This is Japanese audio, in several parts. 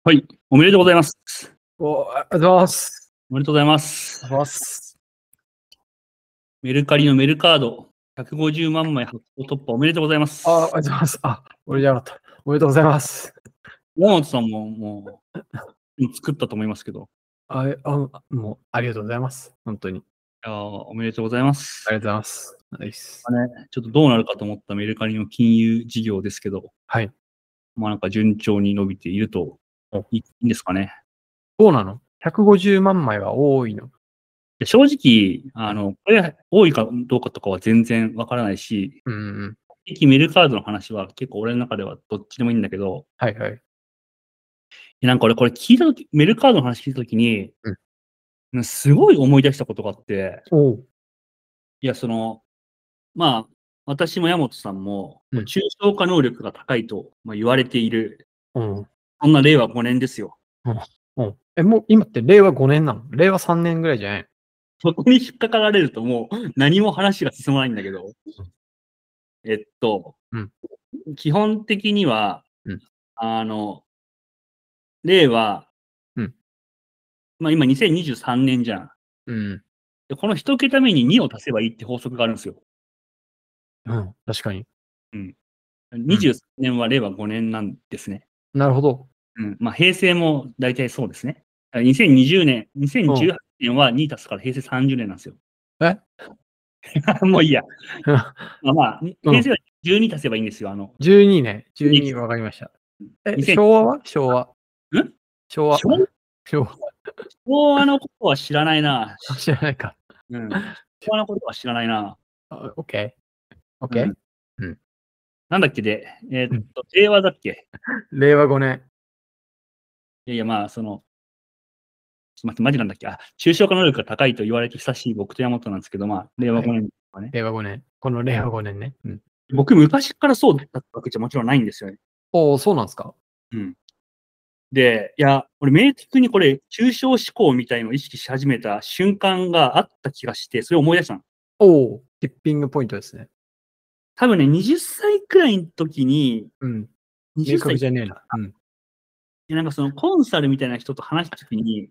はい、おめでとうございます。 ありがとうございます。 おめでとうございます。メルカリのメルカード、150万枚発行突破おめでとうございます。 ありがとうございます。俺じゃなかった。おめでとうございます。 山本さんももう作ったと思いますけど。 もうありがとうございます。本当に。 おめでとうございます。 ありがとうございます。ナイス。 ちょっとどうなるかと思ったメルカリの金融事業ですけど、 はい。 まあなんか順調に伸びているといいんですかね。 どうなの ?150 万枚は多いの？ 正直、これ多いかどうかとかは全然わからないし、メルカードの話は結構俺の中ではどっちでもいいんだけど、 はいはい。 なんか俺これ聞いたとき、メルカードの話聞いたときに、すごい思い出したことがあって、いや、まあ、私も山本さんも、抽象化能力が高いと、言われている、そんな令和5年ですよ。 もう今って令和5年なの？令和3年ぐらいじゃない？ そこに引っかかられるともう何も話が進まないんだけど、基本的には、令和、今2023年じゃん。でこの1桁目に2を足せばいいって法則があるんですよ。 確かに。 23年は令和5年なんですね。 なるほど。 平成も大体そうですね。2020年、2018年は2足すから平成30年なんですよ。もういいや。平成は12足せばいいんですよ。 12ね。12わかりました。昭和は？昭和。昭和。 昭和のことは知らないな。 知らないか。 昭和のことは知らないな。 OK。 なんだっけで、令和だっけ？ 令和5年。 いや、マジなんだっけ？抽象化能力が高いと言われて久しい僕と山本なんですけど、令和5年はね。 令和5年。この令和5年ね。 僕、昔からそうだったわけじゃもちろんないんですよね。 そうなんですか？ で、いや、俺明確にこれ、抽象思考みたいのを意識し始めた瞬間があった気がして、それを思い出したの。 ティッピングポイントですね。 多分ね、20歳くらいの時に、 明確じゃねえな。 なんかコンサルみたいな人と話した時に、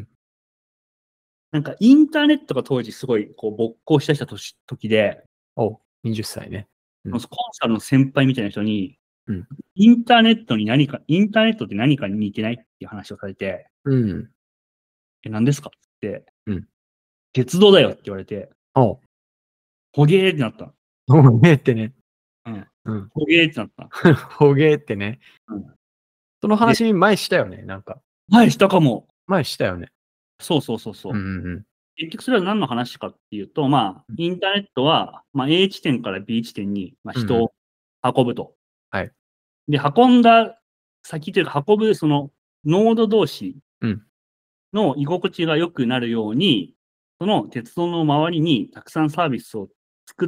なんかインターネットが当時すごい勃興しだした時で、 20歳ね。 コンサルの先輩みたいな人に、インターネットって何かに似てないっていう話をされて、何ですかって言って、鉄道だよって言われて、ほげーってなった。 ほげーってね。 ほげーってなった。 ほげーってね。その話前したよね、なんか。 前したかも。 前したよね。 そう。結局それは何の話かっていうと、インターネットは、A 地点から B 地点に、人を運ぶと。で、運んだ先というか、運ぶそのノード同士の居心地が良くなるように、その鉄道の周りにたくさんサービスを作って、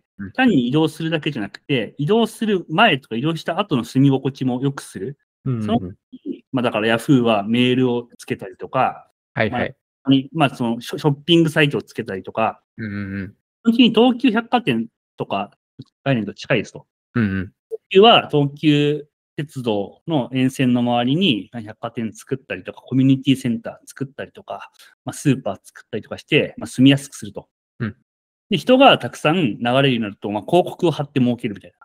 単に移動するだけじゃなくて、移動する前とか移動した後の住み心地も良くする。そのだからヤフーはメールをつけたりとか、そのショッピングサイトをつけたりとか、その時に東急百貨店とか概念と近いですと。東急は東急鉄道の沿線の周りに百貨店作ったりとか、コミュニティセンター作ったりとか、スーパー作ったりとかして、住みやすくすると。で、人がたくさん流れるようになると、広告を貼って儲けるみたい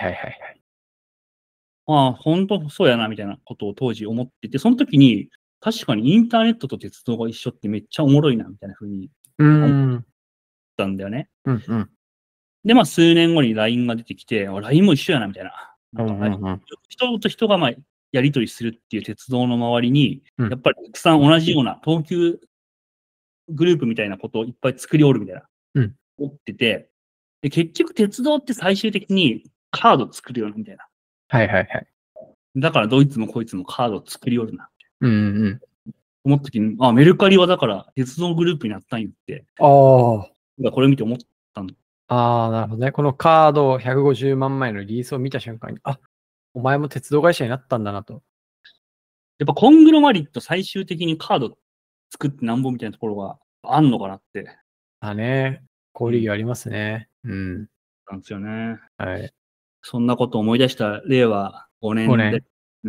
な。本当そうやな、みたいなことを当時思ってて、その時に、確かにインターネットと鉄道が一緒ってめっちゃおもろいな、みたいな風に思ったんだよね。で、数年後に LINE が出てきて、LINE も一緒やな、みたいな。人と人がやり取りするっていう鉄道の周りに、やっぱりたくさん同じような東急グループみたいなことをいっぱい作りおるみたいな。思ってて、で、結局鉄道って最終的にカード作るよな、みたいな。だからどいつもこいつもカードを作りおるな、思った時に、メルカリはだから鉄道グループになったんよって。これ見て思ったんだ。 なるほどね。このカード150万枚のリリースを見た瞬間に、お前も鉄道会社になったんだなと。 やっぱコングロマリット最終的にカード作ってなんぼみたいなところがあんのかなって。 交流ありますね。 なんですよね。そんなことを思い出した令和5年で、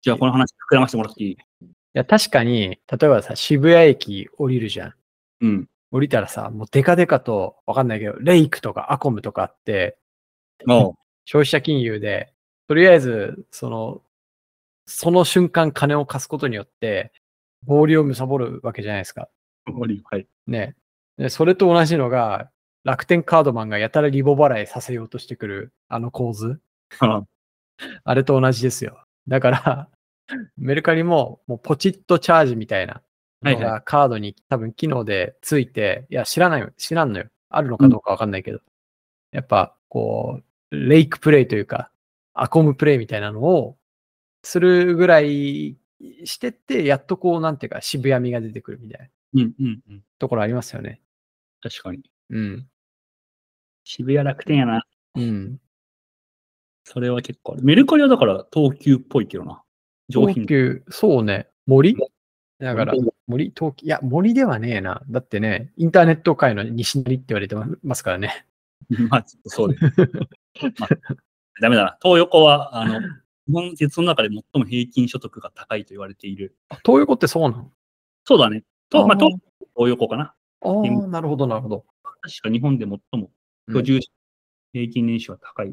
じゃあこの話膨らませてもらっていい？ いや、確かに、例えばさ、渋谷駅降りるじゃん。 うん。 降りたらさ、もうデカデカと、わかんないけど、レイクとかアコムとかあって、消費者金融で、とりあえず、その瞬間金を貸すことによって、暴利を貪るわけじゃないですか。 はい。 ね。で、それと同じのが、楽天カードマンがやたらリボ払いさせようとしてくる、あの構図。あれと同じですよ。だから、メルカリも、もうポチッとチャージみたいなのがカードに多分機能でついて、いや、知らんのよ。あるのかどうかわかんないけど。やっぱ、こう、レイクプレイというか、アコムプレイみたいなのをするぐらいしてって、やっとこう、なんていうか、渋谷味が出てくるみたいなところありますよね。 確かに。 うん。 渋谷楽天やな。 うん。 それは結構ある。メルカリはだから東急っぽいけどな。 上品。東急、そうね。森だから、森、東急、いや、森ではねえな。だってね、インターネット界の西成って言われてますからね。 まあ、そうです。ダメだな。東横は、日本鉄の中で最も平均所得が高いと言われている。 東横ってそうなの？ そうだね。東横かな。 ああ、なるほど、なるほど。 確か日本で最も居住者平均年収は高い。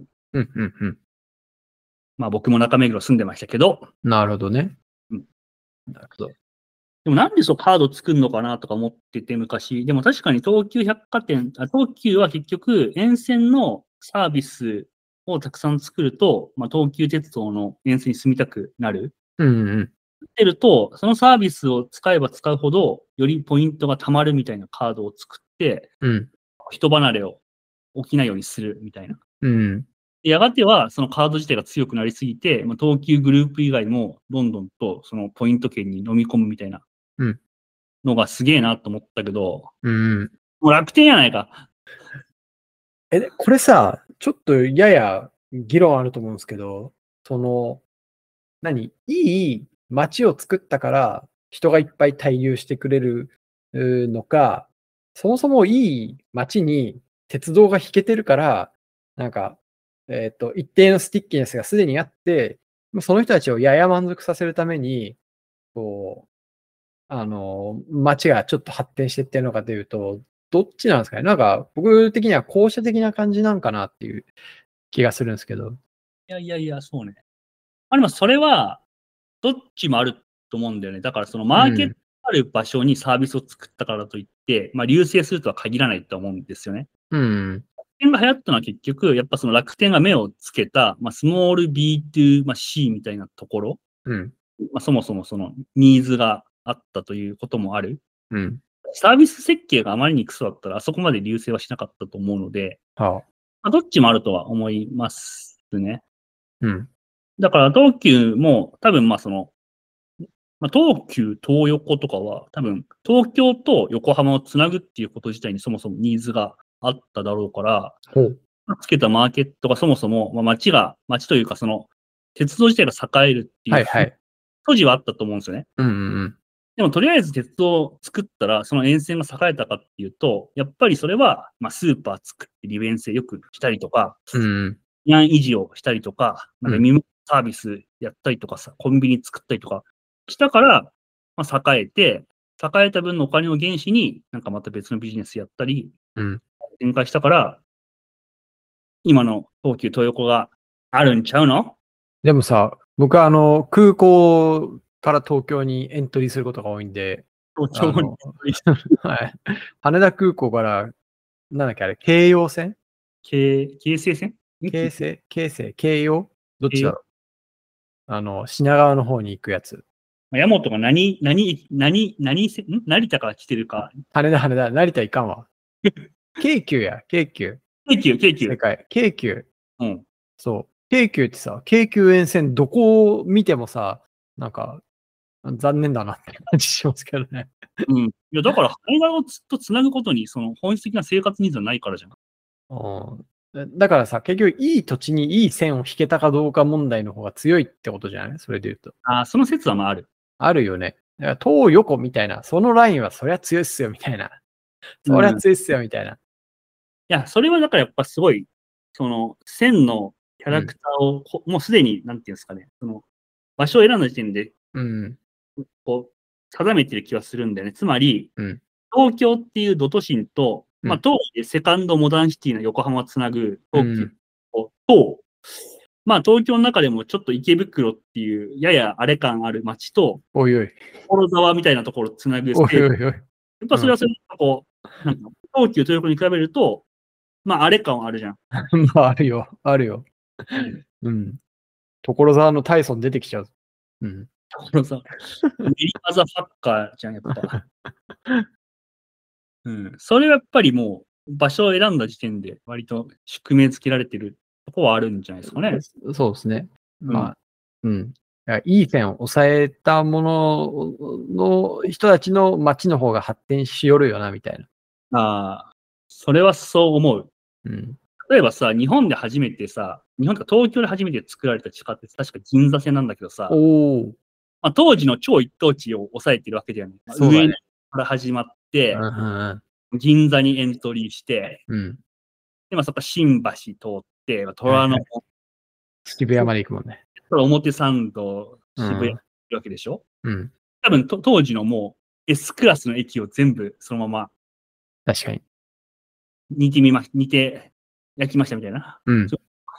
まあ僕も中目黒住んでましたけど。 なるほどね。 なるほど。でもなんでそうカード作るのかなとか思ってて昔。でも確かに東急百貨店、東急は結局沿線のサービスをたくさん作ると、まあ、東急鉄道の沿線に住みたくなる。ってると、そのサービスを使えば使うほど、よりポイントが貯まるみたいなカードを作って、人離れを起きないようにするみたいな。やがては、そのカード自体が強くなりすぎて、まあ、東急グループ以外もどんどんとそのポイント圏に飲み込むみたいなのがすげえなと思ったけど、もう楽天やないか。 これさ、ちょっとやや議論あると思うんですけど、いい街を作ったから人がいっぱい滞留してくれるのか、そもそもいい街に鉄道が引けてるから、なんか、一定のスティッキネスがすでにあって、その人たちをやや満足させるために、こう、街がちょっと発展していってるのかというと、どっちなんですかね。なんか、僕的には後者的な感じなんかなっていう気がするんですけど。 いや、そうね。でもそれは、どっちもあると思うんだよね。だからそのマーケットある場所にサービスを作ったからといって、まあ流星するとは限らないと思うんですよね。楽天が流行ったのは結局、やっぱその楽天が目をつけた、まあ、スモール B2、まあ、C みたいなところ、まあ、そもそもそのニーズがあったということもある。サービス設計があまりにクソだったら、あそこまで流星はしなかったと思うので、まあ、どっちもあるとは思いますね。だから東急も多分まあその、まあ、東急東横とかは多分東京と横浜をつなぐっていうこと自体にそもそもニーズがあっただろうから、つけたマーケットがそもそも、まあ、街というかその鉄道自体が栄えるっていう素地はあったと思うんですよね。でもとりあえず鉄道を作ったらその沿線が栄えたかっていうと、やっぱりそれはまあスーパー作って利便性よくしたりとか、治安維持をしたりとか、なんかサービスやったりとかさ、コンビニ作ったりとかしたから、まあ、栄えた分のお金を原資に、なんかまた別のビジネスやったり、展開したから、今の東急東横があるんちゃうの？ でもさ、僕は空港から東京にエントリーすることが多いんで、 東京にはい。羽田空港から、なんだっけあれ、京葉線？ 京成線？ 京葉？どっちだろう？品川の方に行くやつ。 山本が成田から来てるか。 羽田、成田行かんわ。京急や、京急。正解。京急。そう。京急ってさ、京急沿線どこを見てもさ、なんか、残念だなって感じしますけどね。 いや、だから、羽田をずっとつなぐことに、その本質的な生活ニーズはないからじゃん。 だからさ、結局いい土地にいい線を引けたかどうか問題の方が強いってことじゃない？それで言うと。 その説はまあある。 あるよね。だから東横みたいな、そのラインはそりゃ強いっすよみたいな。そりゃ強いっすよみたいな。 いや、それはだからやっぱすごい、その線のキャラクターを、もうすでに、なんていうんですかね、その場所を選んだ時点で、 うん。 こう、定めてる気はするんだよね。つまり、 うん。 東京っていうド都心と、 うん当時セカンドモダンシティの横浜をつなぐ東急うん。 と、東京の中でもちょっと池袋っていうやや荒れ感ある街と、 おいおい。 所沢みたいなところをつなぐおいステージ。 おいおい。 やっぱそれはそれこう、なんか東急豊横に比べると、荒れ感はあるじゃん。 まあ、あるよ。あるよ。うん。所沢のタイソン出てきちゃう。うん。 所沢。メリマザファッカーじゃん、やっぱ。うん。それはやっぱりもう、場所を選んだ時点で割と宿命つけられてるとこはあるんじゃないですかね。 そうですね。まあ、うん。いい線を抑えたものの人たちの街の方が発展しよるよな、みたいな。 ああ、それはそう思う。 うん。 例えばさ、日本とか東京で初めて作られた地下鉄、確か銀座線なんだけどさ、 お当時の超一等地を抑えてるわけだよね。 そうだね。 上から始まって、 うんうん銀座にエントリーして、 うん。 で、そこ新橋通って、虎ノ門、 渋谷まで行くもんね。 表参道、渋谷に行くわけでしょ。多分当時のもう S クラスの駅を全部そのまま確かに。 似て焼きましたみたいな。 うん。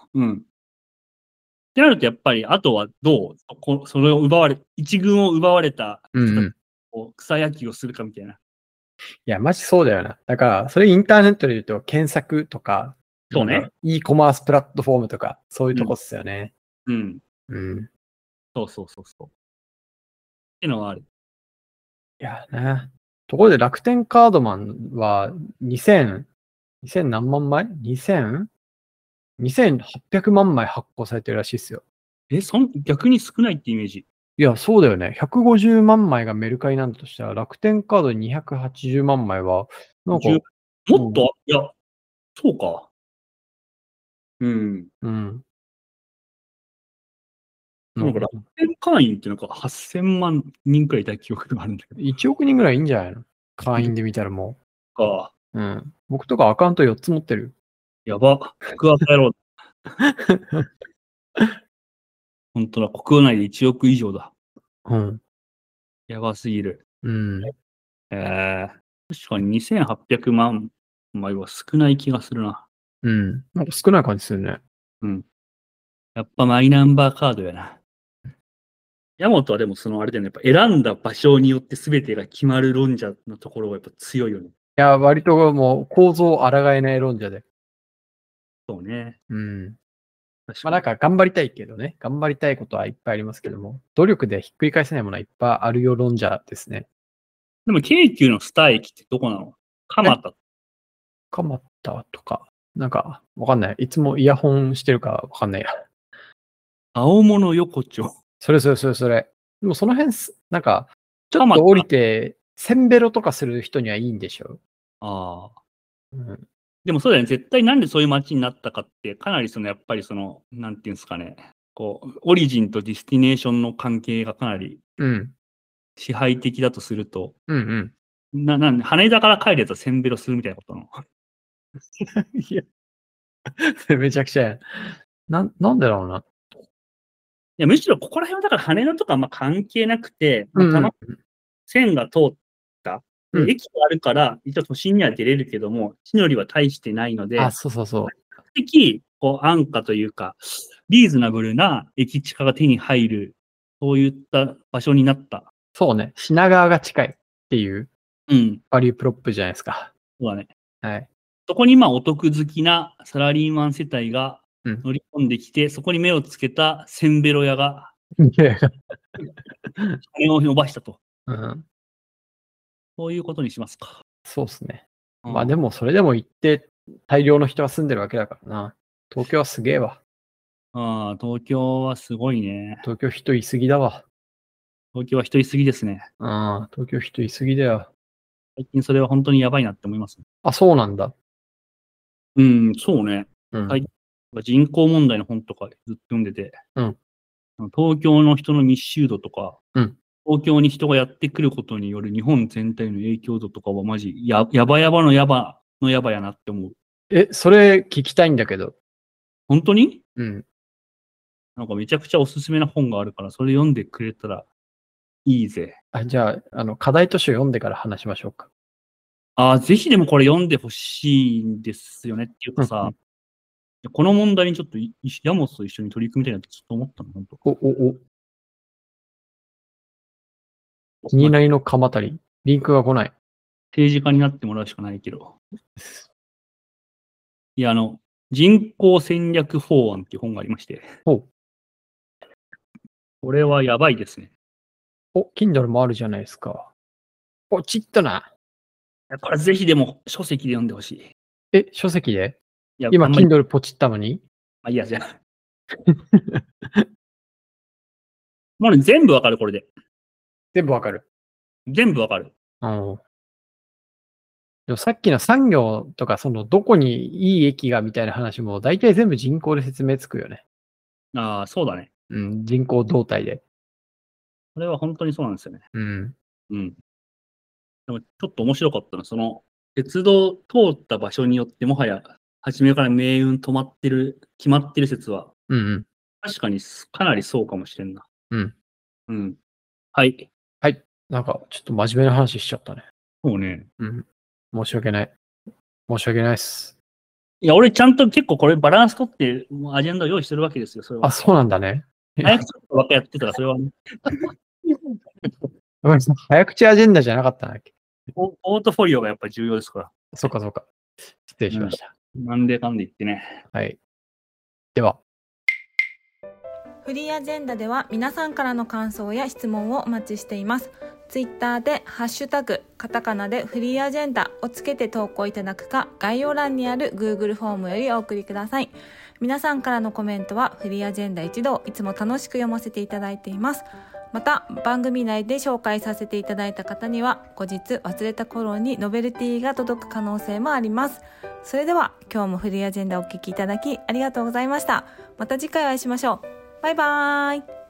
ってなると、やっぱり、あとはどうそれを一軍を奪われた人たちを草野球をするかみたいな。 いや、マジそうだよな。だから、それインターネットで言うと、検索とか、 そうね。 e コマースプラットフォームとか、そういうとこっすよね。 うん。そう。ってのはある。 いやね。ところで楽天カードマンは2000何万枚 ?2800 万枚発行されてるらしいっすよ。 逆に少ないってイメージ。 いや、そうだよね。150万枚がメルカリなんだとしたら、楽天カード280万枚は、なんか、 もっと、いや、そうか。うん。なんか楽天会員ってなんか8000万人くらいいた記憶があるんだけど。 1億人ぐらいいいんじゃないの？会員で見たらもう。か。 僕とかアカウント4つ持ってる。 やば。福岡野郎。本当だ。国内で1億以上だ。やばすぎる。確かに2800万枚は少ない気がするな。 なんか少ない感じするね。 やっぱマイナンバーカードやな。ヤマトはでもあれだよね、やっぱ選んだ場所によって全てが決まる論者のところがやっぱ強いよね。 いや、割ともう構造を抗えない論者で。 そうね。 なんか頑張りたいけどね。頑張りたいことはいっぱいありますけども、努力でひっくり返せないものはいっぱいあるよ論者ですね。 でも京急のスター駅ってどこなの？蒲田とか。なんか、わかんない。いつもイヤホンしてるかわかんないや。 青物横丁。 それ。でもその辺、なんか、ちょっと降りて、センベロとかする人にはいいんでしょう。 でもそうだよね。絶対なんでそういう街になったかって、かなりやっぱりなんていうんですかね。オリジンとディスティネーションの関係がかなり支配的だとすると、羽田から帰るやつはセンベロするみたいなことなの。 いや、めちゃくちゃや。なんでだろうな。 いや、むしろここら辺はだから羽田とか関係なくて、線が通った。駅があるから、一応都心には出れるけども、地の利は大してないので、 そう。 比較的、安価というか、リーズナブルな駅地下が手に入る、そういった場所になった。 そうね。品川が近いっていう、バリュープロップじゃないですか。 そうだね。 はい。 そこにお得好きなサラリーマン世帯が乗り込んできて、そこに目をつけたセンベロ屋が、金を伸ばしたと。そういうことにしますか。 そうですね。でも、それでも行って、大量の人が住んでるわけだからな。東京はすげえわ。 東京はすごいね。 東京人いすぎだわ。 東京は人いすぎですね。 東京人いすぎだよ。 最近それは本当にやばいなって思います。 そうなんだ。 そうね。人口問題の本とかずっと読んでて、東京の人の密集度とか、東京に人がやってくることによる日本全体の影響度とかはマジやばのやばやなって思う。 それ聞きたいんだけど。 本当に？ なんかめちゃくちゃおすすめな本があるから、それ読んでくれたらいいぜ。 じゃあ、課題図書読んでから話しましょうか。 ぜひでもこれ読んでほしいんですよねっていうかさ、この問題にちょっとヤモスと一緒に取り組みたいなってちょっと思ったの、本当。 気になりの鎌足り、リンクが来ない。 政治家になってもらうしかないけど。いや、人口戦略法案っていう本がありまして。これはやばいですね。 Kindle もあるじゃないですか。ポチッとな。 これぜひでも書籍で読んでほしい。 書籍で？今、Kindle ポチったのに？ いや、じゃあ。もうね、全部わかる、これで。 全部わかる。 全部わかる。 でもさっきの産業とか、どこにいい駅がみたいな話も、大体全部人口で説明つくよね。 そうだね。 人口動態で。 これは本当にそうなんですよね。でもちょっと面白かったのは、鉄道通った場所によってもはや、初めから命運決まってる説は、確かにかなりそうかもしれんな。はい。 はい。なんか、ちょっと真面目な話しちゃったね。 そうね。 申し訳ない。申し訳ないっす。 いや、俺ちゃんと結構これバランス取って、アジェンダを用意してるわけですよ、それは。 そうなんだね。 早口ばっかやってたら、それはね。 ごめんなさい。早口アジェンダじゃなかったんだっけ？ ポートフォリオがやっぱり重要ですから。 そうか。失礼しました。 なんでかんで言ってね。 はい。では。 フリーアジェンダでは皆さんからの感想や質問をお待ちしています。ツイッターでハッシュタグカタカナでフリーアジェンダをつけて投稿いただくか、概要欄にある Google フォームよりお送りください。皆さんからのコメントはフリーアジェンダ一同いつも楽しく読ませていただいています。また番組内で紹介させていただいた方には後日忘れた頃にノベルティが届く可能性もあります。それでは今日もフリーアジェンダをお聞きいただきありがとうございました。また次回お会いしましょう。バイバーイ。